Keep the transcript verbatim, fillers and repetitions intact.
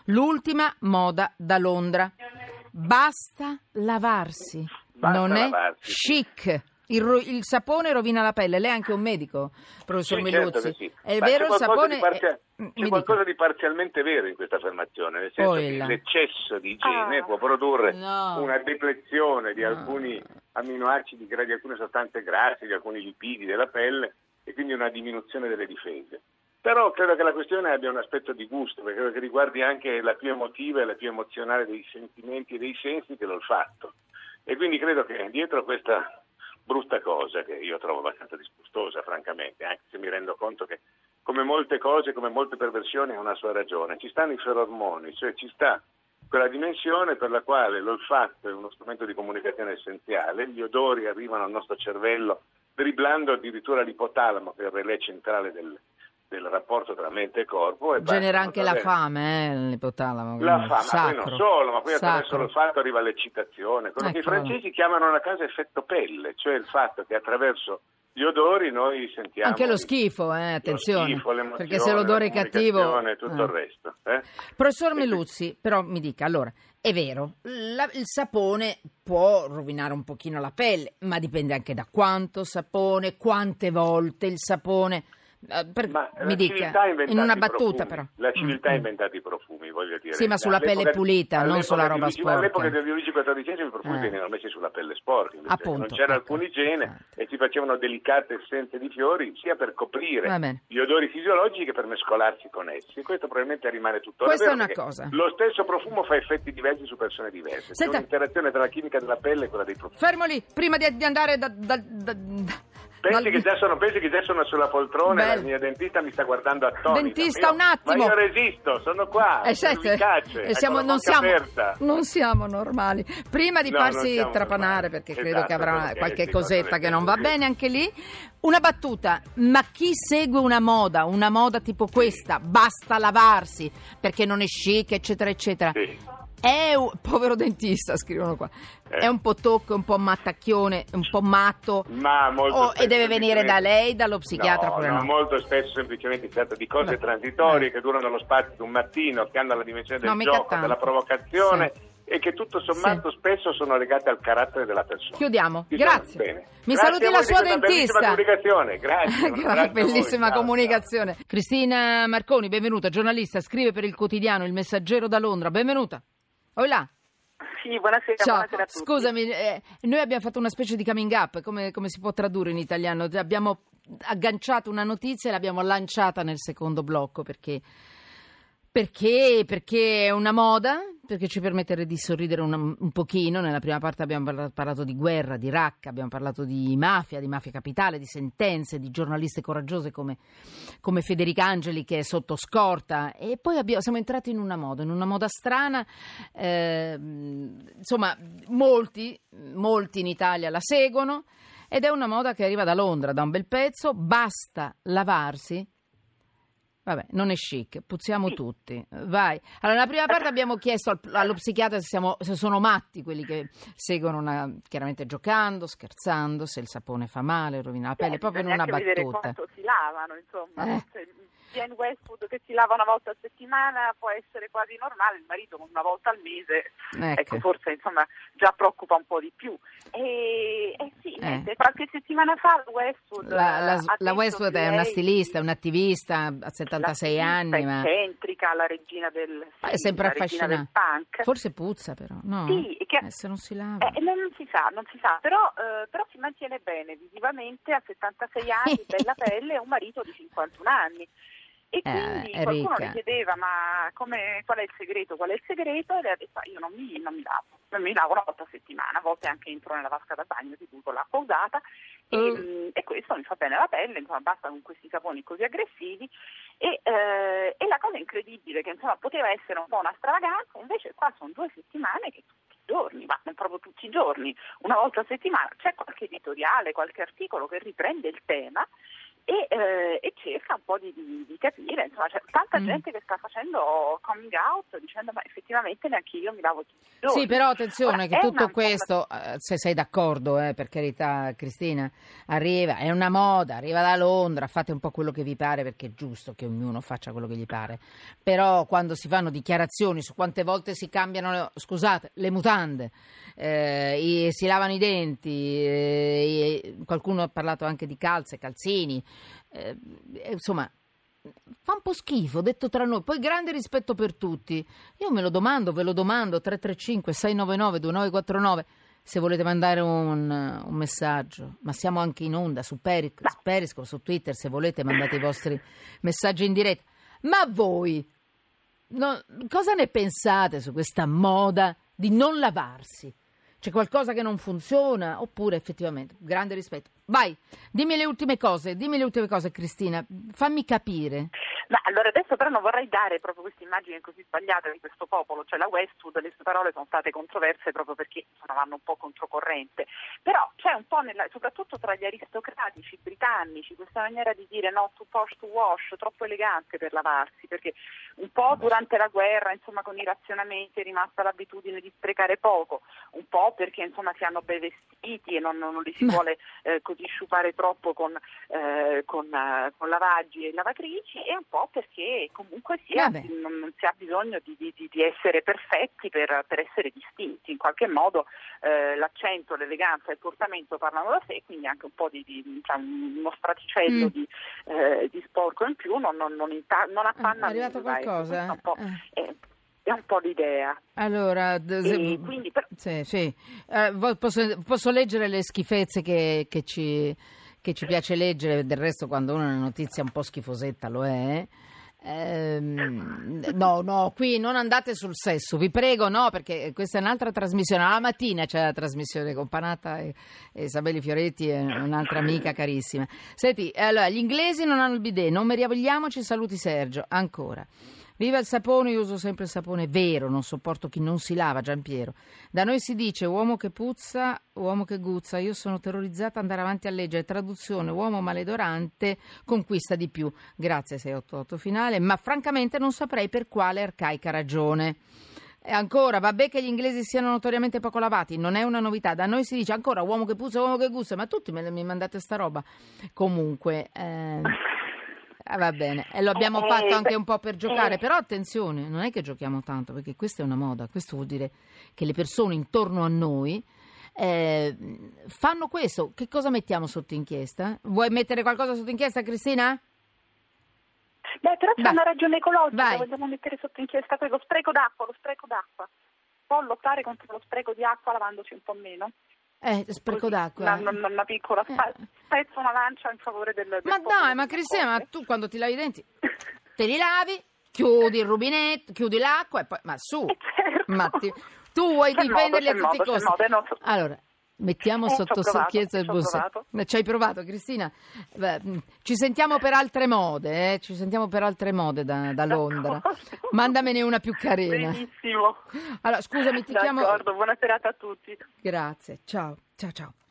L'ultima moda da Londra. Basta lavarsi. Basta non è lavarsi. chic. Il, ro- il sapone rovina la pelle. Lei è anche un medico, professor Sì, Miluzzi. certo che sì. È Ma vero, c'è il sapone... di parzial- è- C'è mi qualcosa dica. di parzialmente vero in questa affermazione, nel senso Oh, che là. l'eccesso di igiene Ah. può produrre No. una deplezione di No. alcuni amminoacidi, di alcune sostanze grasse, di alcuni lipidi della pelle e quindi una diminuzione delle difese. Però credo che la questione abbia un aspetto di gusto, perché credo che riguardi anche la più emotiva e la più emozionale dei sentimenti e dei sensi dell'olfatto. E quindi credo che dietro a questa brutta cosa, che io trovo abbastanza disgustosa francamente, anche se mi rendo conto che come molte cose, come molte perversioni ha una sua ragione, ci stanno i ferormoni, cioè ci sta quella dimensione per la quale l'olfatto è uno strumento di comunicazione essenziale, gli odori arrivano al nostro cervello dribblando addirittura l'ipotalamo, che è il relè centrale del, del rapporto tra mente e corpo. E Genera passano anche la attraverso- fame, eh, l'ipotalamo. La quindi fame, ma sacro. poi non solo, ma poi attraverso Sacro. l'olfatto arriva l'eccitazione, quello che i Ecco. francesi chiamano una casa effetto pelle, cioè il fatto che attraverso gli odori noi sentiamo Anche lo schifo, eh, lo attenzione, schifo, l'emozione, perché se l'odore è la cattivo... comunicazione e tutto eh. il resto. Eh? Professor Miluzzi, però mi dica, allora, è vero, la- il sapone può rovinare un pochino la pelle, ma dipende anche da quanto sapone, quante volte il sapone... eh, per- Ma mi la dica, civiltà ha inventato in una i battuta profumi. però. La civiltà Mm, ha mm. inventato i profumi, voglio dire. Sì, ma sulla All'epoca- pelle pulita, non all'epoca sulla di roba Luigi- sporca. All'epoca di Luigi quattordicesimo i profumi Eh. venivano messi sulla pelle sporca, invece, Appunto, non c'era ecco, alcuna igiene infatti. e si facevano delicate essenze di fiori sia per Va coprire bene. gli odori fisiologici che per mescolarsi con essi. E questo probabilmente rimane tuttora Questa è vero, una perché cosa. Lo stesso profumo fa effetti diversi su persone diverse. C'è Senta- un'interazione tra la chimica della pelle e quella dei profumi. Fermo lì, prima di, di andare da... da, da, da- Pensi dal- che, già sono, pensi che già sono sulla poltrona e Bello. la mia dentista mi sta guardando attonita. Dentista, Io- un attimo. Ma io resisto, sono qua, Eh, certo, pervicace, eh, siamo- con la non, bocca siamo, aperta. non siamo normali. Prima di No, non farsi siamo trapanare, normali. perché Esatto, credo che avrà perché qualche sì, cosetta cose che non va del genere. bene anche lì, una battuta. Ma chi segue una moda, una moda tipo questa, basta lavarsi perché non è chic, eccetera, eccetera. Sì. È un povero dentista, scrivono qua. Eh. È un po' tocco, un po' mattacchione, un po' matto. Ma molto Oh, e spesso deve venire da semplicemente- lei, dallo psichiatra no, pure no, no. molto spesso semplicemente si tratta di cose Beh. transitorie Eh. che durano lo spazio di un mattino, che hanno la dimensione del No, mica gioco, tanto. della provocazione Sì. e che tutto sommato spesso sono legate al carattere della persona. Chiudiamo, Ci sono- grazie. bene. Mi Grazie saluti a la voi di sua questa bellissima dentista. comunicazione, grazie. un abbraccio a voi, Bellissima ciao, comunicazione. Cristina Marconi, benvenuta, giornalista, scrive per il quotidiano Il Messaggero da Londra. Benvenuta. Oh là. Sì, buonasera, Ciao, buonasera a tutti. scusami, eh, noi abbiamo fatto una specie di coming up, come, come si può tradurre in italiano? Abbiamo agganciato una notizia e l'abbiamo lanciata nel secondo blocco perché, perché, perché è una moda, perché ci permette di sorridere una- un pochino. Nella prima parte abbiamo parla- parlato di guerra, di racca, abbiamo parlato di mafia, di mafia capitale, di sentenze, di giornaliste coraggiose come, come Federica Angeli che è sotto scorta, e poi abbiamo- siamo entrati in una moda, in una moda strana, eh, insomma molti, molti in Italia la seguono ed è una moda che arriva da Londra da un bel pezzo. Basta lavarsi. Vabbè, non è chic, puzziamo tutti. Vai. Allora, nella prima parte abbiamo chiesto al- allo psichiatra se, siamo, se sono matti quelli che seguono una, chiaramente giocando, scherzando, se il sapone fa male, rovina la pelle, Eh, proprio in bisogna una anche vedere battuta. quanto si lavano, insomma. Eh. Cioè, Jane Westwood che si lava una volta a settimana può essere quasi normale, il marito una volta al mese, Ecco. ecco, forse insomma già preoccupa un po' di più. E, e sì, Eh. niente, qualche settimana fa la Westwood La, la- ha la detto Westwood che è una lei- stilista, è un'attivista, ha settantasei l'attivista anni, ma eccentrica, la regina del è sì, sempre la regina del affascinante. punk. Forse puzza però, no? Sì, che- Eh, se non si lava. Eh, non si sa, non si sa, però, eh, però si mantiene bene visivamente a settantasei anni, bella pelle, e un marito di cinquantuno anni. E Eh, quindi è qualcuno ricca. le chiedeva ma come, qual è il segreto, qual è il segreto? E lei ha detto "Ah, io non mi, non mi lavo, non mi lavo una volta a settimana, a volte anche entro nella vasca da bagno di cui con l'acqua usata e, Mm. e questo mi fa bene alla pelle, insomma basta con questi saponi così aggressivi e, eh, e la cosa incredibile che insomma poteva essere un po' una stravaganza, invece qua sono due settimane che tutti i giorni, ma non proprio tutti i giorni, una volta a settimana c'è qualche editoriale, qualche articolo che riprende il tema e, eh, e cerca un po' di, di, di capire, insomma c'è tanta mm. gente che sta facendo coming out dicendo ma effettivamente neanche io mi lavo tutti i giorni. Sì, però attenzione Ora, che tutto questo, eh, se sei d'accordo, eh, per carità Cristina, arriva, è una moda, arriva da Londra, fate un po' quello che vi pare perché è giusto che ognuno faccia quello che gli pare, però quando si fanno dichiarazioni su quante volte si cambiano, scusate, le mutande, eh, i, si lavano i denti, eh, qualcuno ha parlato anche di calze, calzini, eh, insomma fa un po' schifo, detto tra noi. Poi grande rispetto per tutti, io me lo domando, ve lo domando, tre tre cinque sei nove nove due nove quattro nove se volete mandare un, un messaggio, ma siamo anche in onda su Peric- Periscope, su Twitter, se volete mandate i vostri messaggi in diretta. Ma voi no, cosa ne pensate su questa moda di non lavarsi? C'è qualcosa che non funziona? Oppure effettivamente, grande rispetto. Vai, dimmi le ultime cose, dimmi le ultime cose Cristina, fammi capire. Ma allora adesso però non vorrei dare proprio questa immagine così sbagliata di questo popolo, cioè la Westwood, le sue parole sono state controverse proprio perché insomma, vanno un po' controcorrente, però c'è un po' nella, soprattutto tra gli aristocratici britannici questa maniera di dire no, too posh to wash, troppo elegante per lavarsi, perché un po' durante la guerra insomma con i razionamenti è rimasta l'abitudine di sprecare poco, un po' perché insomma si hanno bei vestiti e non, non li si Ma... vuole eh, così sciupare troppo con, eh, con, uh, con lavaggi e lavatrici, e un po' perché comunque sia, non, non si ha bisogno di, di, di essere perfetti per, per essere distinti. In qualche modo eh, l'accento, l'eleganza e il portamento parlano da sé, quindi anche un po' di, di diciamo, uno straticello mm. di, eh, di sporco in più non, non, non, inta- non appanna. È arrivato nulla, qualcosa? Un po', eh. è, è un po' l'idea. Allora, d- e quindi per... sì, sì. Uh, posso, posso leggere le schifezze che, che ci... che ci piace leggere, del resto quando uno ha una notizia un po' schifosetta lo è. Ehm, no, no, qui non andate sul sesso, vi prego, no, perché questa è un'altra trasmissione. Alla mattina c'è la trasmissione con Panatta e, e Isabelle Fioretti e un'altra amica carissima. Senti, allora, gli inglesi non hanno il bidet, non meravigliamoci, saluti Sergio, ancora. Viva il sapone, io uso sempre il sapone vero, non sopporto chi non si lava, Giampiero. Da noi si dice uomo che puzza, uomo che guzza, io sono terrorizzata ad andare avanti a leggere, traduzione uomo maledorante conquista di più. Grazie sei otto otto finale, ma francamente non saprei per quale arcaica ragione. E ancora, vabbè che gli inglesi siano notoriamente poco lavati, non è una novità, da noi si dice ancora uomo che puzza, uomo che guzza, ma tutti me, mi mandate sta roba. Comunque... Eh... Ah, va bene, e lo abbiamo eh, fatto anche un po' per giocare, eh. però attenzione, non è che giochiamo tanto, perché questa è una moda, questo vuol dire che le persone intorno a noi eh, fanno questo. Che cosa mettiamo sotto inchiesta? Vuoi mettere qualcosa sotto inchiesta, Cristina? Beh, però c'è Vai. una ragione ecologica, Vai. Vogliamo mettere sotto inchiesta quello spreco d'acqua, lo spreco d'acqua. Può lottare contro lo spreco di acqua lavandoci un po' meno? Eh, spreco Così, d'acqua. Una, una, una piccola eh. spezzo una lancia in favore del, del Ma dai, ma Cristina, ma tu quando ti lavi i denti te li lavi, chiudi il rubinetto, chiudi l'acqua e poi ma su. Eh, certo. Ma ti, tu vuoi c'è difenderli modo, a tutti i costi. Modo, non so. Allora, mettiamo eh, sotto inchiesta il busto. Ci hai provato, Cristina? Beh, ci sentiamo per altre mode, eh? Ci sentiamo per altre mode da, da Londra. Mandamene una più carina. Benissimo. Allora, scusami, ti D'accordo, chiamo. buona serata a tutti. Grazie, ciao, ciao, ciao.